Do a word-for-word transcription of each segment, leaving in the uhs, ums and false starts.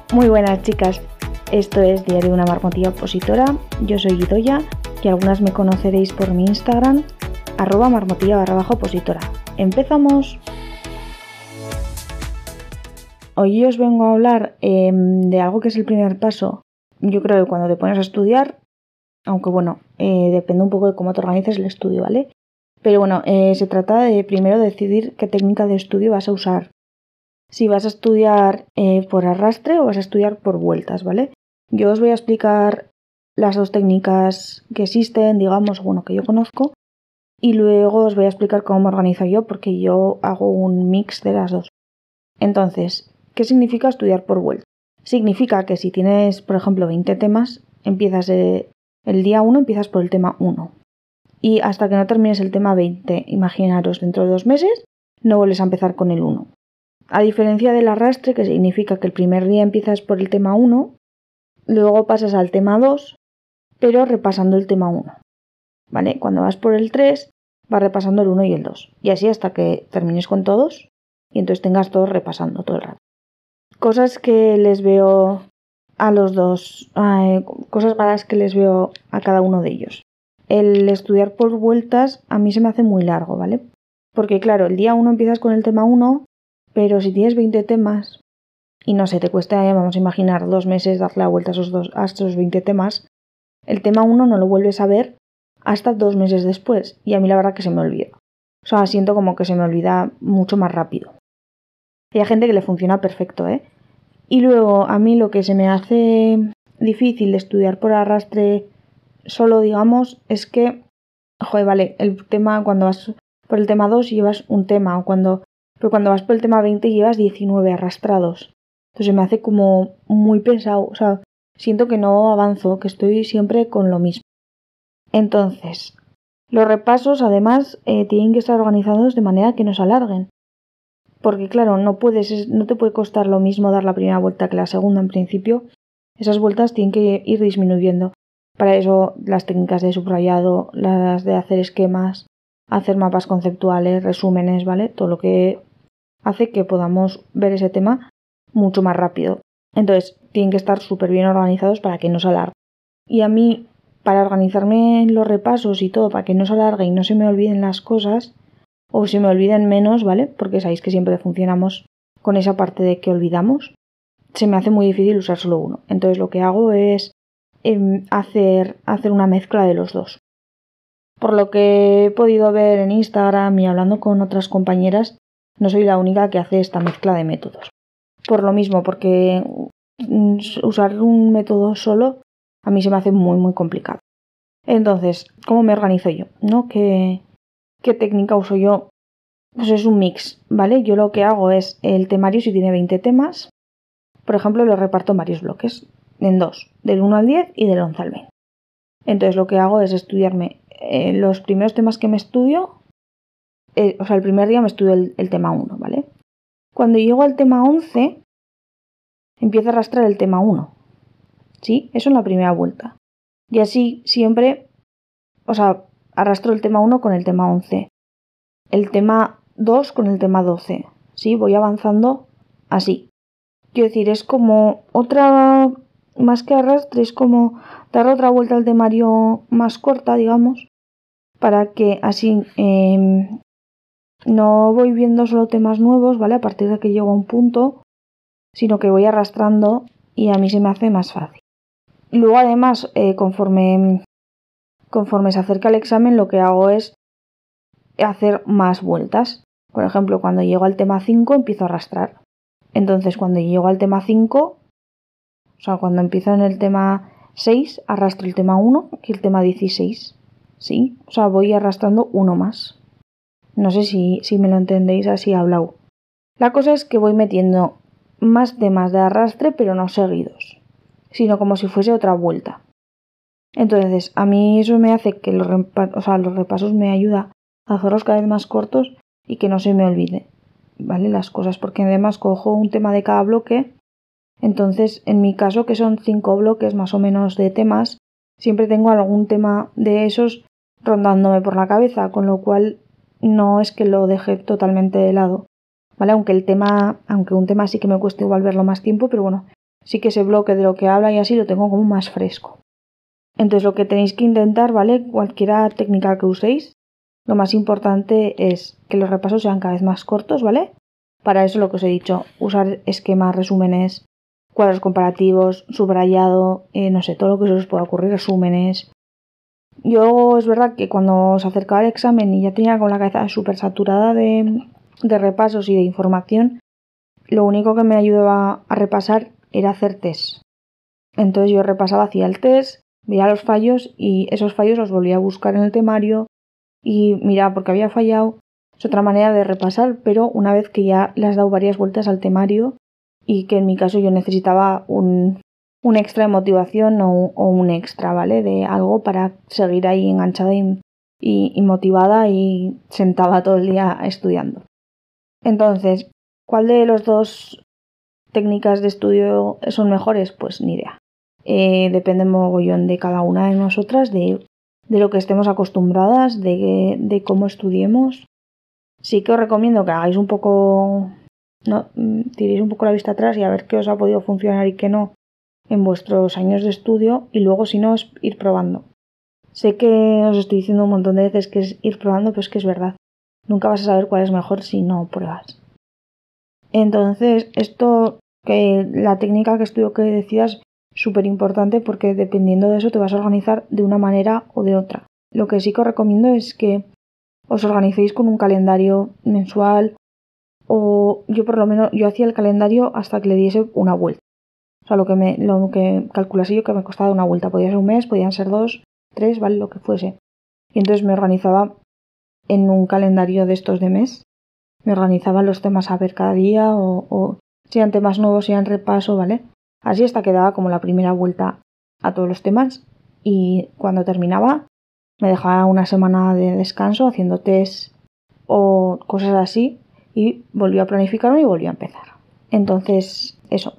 Muy buenas chicas, esto es Diario de una Marmotilla Opositora, yo soy Idoia y algunas me conoceréis por mi Instagram, arroba marmotilla barra baja opositora. ¡Empezamos! Hoy os vengo a hablar eh, de algo que es el primer paso, yo creo que cuando te pones a estudiar, aunque bueno, eh, depende un poco de cómo te organices el estudio, ¿vale? Pero bueno, eh, se trata de primero decidir qué técnica de estudio vas a usar. Si vas a estudiar eh, por arrastre o vas a estudiar por vueltas, ¿vale? Yo os voy a explicar las dos técnicas que existen, digamos, bueno, que yo conozco, y luego os voy a explicar cómo me organizo yo, porque yo hago un mix de las dos. Entonces, ¿qué significa estudiar por vueltas? Significa que si tienes, por ejemplo, veinte temas, empiezas eh, el día uno, empiezas por el tema uno. Y hasta que no termines el tema veinte, imaginaros, dentro de dos meses, no vuelves a empezar con el uno. A diferencia del arrastre, que significa que el primer día empiezas por el tema uno, luego pasas al tema dos, pero repasando el tema uno. ¿Vale? Cuando vas por el tres, vas repasando el uno y el dos. Y así hasta que termines con todos y entonces tengas todos repasando todo el rato. Cosas que les veo a los dos, eh, cosas malas que les veo a cada uno de ellos. El estudiar por vueltas a mí se me hace muy largo, ¿vale? Porque claro, el día uno empiezas con el tema uno, pero si tienes veinte temas y no sé, te cuesta, vamos a imaginar, dos meses darle la vuelta a esos, dos, a esos veinte temas, el tema uno no lo vuelves a ver hasta dos meses después. Y a mí la verdad que se me olvida. O sea, siento como que se me olvida mucho más rápido. Hay gente que le funciona perfecto, ¿eh? Y luego a mí lo que se me hace difícil de estudiar por arrastre solo, digamos, es que, joder, vale, el tema, cuando vas por el tema dos llevas un tema, o cuando... Pero cuando vas por el tema veinte llevas diecinueve arrastrados. Entonces me hace como muy pesado. O sea, siento que no avanzo, que estoy siempre con lo mismo. Entonces, los repasos además eh, tienen que estar organizados de manera que no se alarguen. Porque claro, no puedes, no te puede costar lo mismo dar la primera vuelta que la segunda en principio. Esas vueltas tienen que ir disminuyendo. Para eso las técnicas de subrayado, las de hacer esquemas, hacer mapas conceptuales, resúmenes, ¿vale? Todo lo que hace que podamos ver ese tema mucho más rápido. Entonces, tienen que estar súper bien organizados para que no se alargue. Y a mí, para organizarme en los repasos y todo, para que no se alargue y no se me olviden las cosas, o se me olviden menos, ¿vale? Porque sabéis que siempre funcionamos con esa parte de que olvidamos, se me hace muy difícil usar solo uno. Entonces, lo que hago es eh, hacer, hacer una mezcla de los dos. Por lo que he podido ver en Instagram y hablando con otras compañeras, no soy la única que hace esta mezcla de métodos. Por lo mismo, porque usar un método solo a mí se me hace muy muy complicado. Entonces, ¿cómo me organizo yo? ¿No? ¿Qué, qué técnica uso yo? Pues es un mix, ¿vale? Yo lo que hago es el temario, si tiene veinte temas, por ejemplo, lo reparto en varios bloques, en dos, del uno al diez y del once al veinte. Entonces lo que hago es estudiarme eh, los primeros temas que me estudio. Eh, o sea, el primer día me estudio el, el tema uno, ¿vale? Cuando llego al tema once, empiezo a arrastrar el tema uno. ¿Sí? Eso en la primera vuelta. Y así siempre, o sea, arrastro el tema uno con el tema once. El tema dos con el tema doce. ¿Sí? Voy avanzando así. Quiero decir, es como otra, más que arrastre, es como dar otra vuelta al temario más corta, digamos, para que así... Eh, no voy viendo solo temas nuevos, ¿vale? A partir de que llego a un punto, sino que voy arrastrando y a mí se me hace más fácil. Luego, además, eh, conforme, conforme se acerca el examen, lo que hago es hacer más vueltas. Por ejemplo, cuando llego al tema cinco, empiezo a arrastrar. Entonces, cuando llego al tema cinco, o sea, cuando empiezo en el tema seis, arrastro el tema uno y el tema dieciséis. ¿Sí? O sea, voy arrastrando uno más. No sé si, si me lo entendéis así hablado. La cosa es que voy metiendo más temas de arrastre, pero no seguidos, sino como si fuese otra vuelta. Entonces, a mí eso me hace que los, repa- o sea, los repasos me ayuda a hacerlos cada vez más cortos y que no se me olvide, ¿vale? Las cosas, porque además cojo un tema de cada bloque. Entonces, en mi caso, que son cinco bloques más o menos de temas, siempre tengo algún tema de esos rondándome por la cabeza, con lo cual no es que lo deje totalmente de lado, ¿vale? Aunque el tema, aunque un tema sí que me cueste igual verlo más tiempo, pero bueno, sí que ese bloque de lo que habla y así lo tengo como más fresco. Entonces lo que tenéis que intentar, ¿vale? Cualquiera técnica que uséis, lo más importante es que los repasos sean cada vez más cortos, ¿vale? Para eso lo que os he dicho, usar esquemas, resúmenes, cuadros comparativos, subrayado, eh, no sé, todo lo que se os pueda ocurrir, resúmenes. Yo es verdad que cuando se acercaba el examen y ya tenía con la cabeza súper saturada de, de repasos y de información, lo único que me ayudaba a repasar era hacer test. Entonces yo repasaba, hacía el test, veía los fallos y esos fallos los volvía a buscar en el temario y mira, porque había fallado. Es otra manera de repasar, pero una vez que ya le has dado varias vueltas al temario y que en mi caso yo necesitaba un, un extra de motivación o, o un extra, ¿vale? De algo para seguir ahí enganchada y, y, y motivada y sentada todo el día estudiando. Entonces, ¿cuál de los dos técnicas de estudio son mejores? Pues ni idea. Eh, depende mogollón de cada una de nosotras, de, de lo que estemos acostumbradas, de, de cómo estudiemos. Sí que os recomiendo que hagáis un poco, no, tiréis un poco la vista atrás y a ver qué os ha podido funcionar y qué no en vuestros años de estudio y luego si no es ir probando. Sé que os estoy diciendo un montón de veces que es ir probando, pero es que es verdad. Nunca vas a saber cuál es mejor si no pruebas. Entonces, esto, que la técnica que estudio que decidas, súper importante porque dependiendo de eso te vas a organizar de una manera o de otra. Lo que sí que os recomiendo es que os organicéis con un calendario mensual o yo por lo menos, yo hacía el calendario hasta que le diese una vuelta. O sea, lo que me lo que calculase yo que me costaba una vuelta. Podía ser un mes, podían ser dos, tres, vale, lo que fuese. Y entonces me organizaba en un calendario de estos de mes. Me organizaba los temas a ver cada día o, o si eran temas nuevos, si eran repaso, ¿vale? Así hasta que daba como la primera vuelta a todos los temas y cuando terminaba me dejaba una semana de descanso haciendo test o cosas así y volví a planificarme y volví a empezar. Entonces, eso.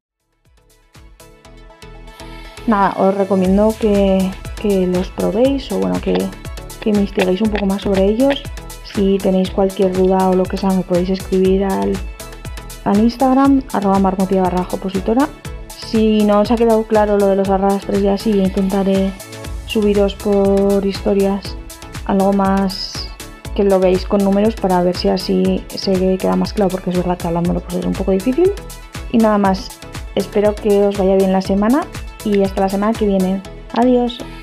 Nada, os recomiendo que, que los probéis o bueno, que, que investiguéis un poco más sobre ellos. Si tenéis cualquier duda o lo que sea, me podéis escribir al, al Instagram, arroba marmotia barra opositora. Si no os ha quedado claro lo de los arrastres y así, intentaré subiros por historias algo más que lo veáis con números para ver si así se queda más claro, porque es verdad que hablándolo puede ser un poco difícil. Y nada más, espero que os vaya bien la semana y hasta la semana que viene. Adiós.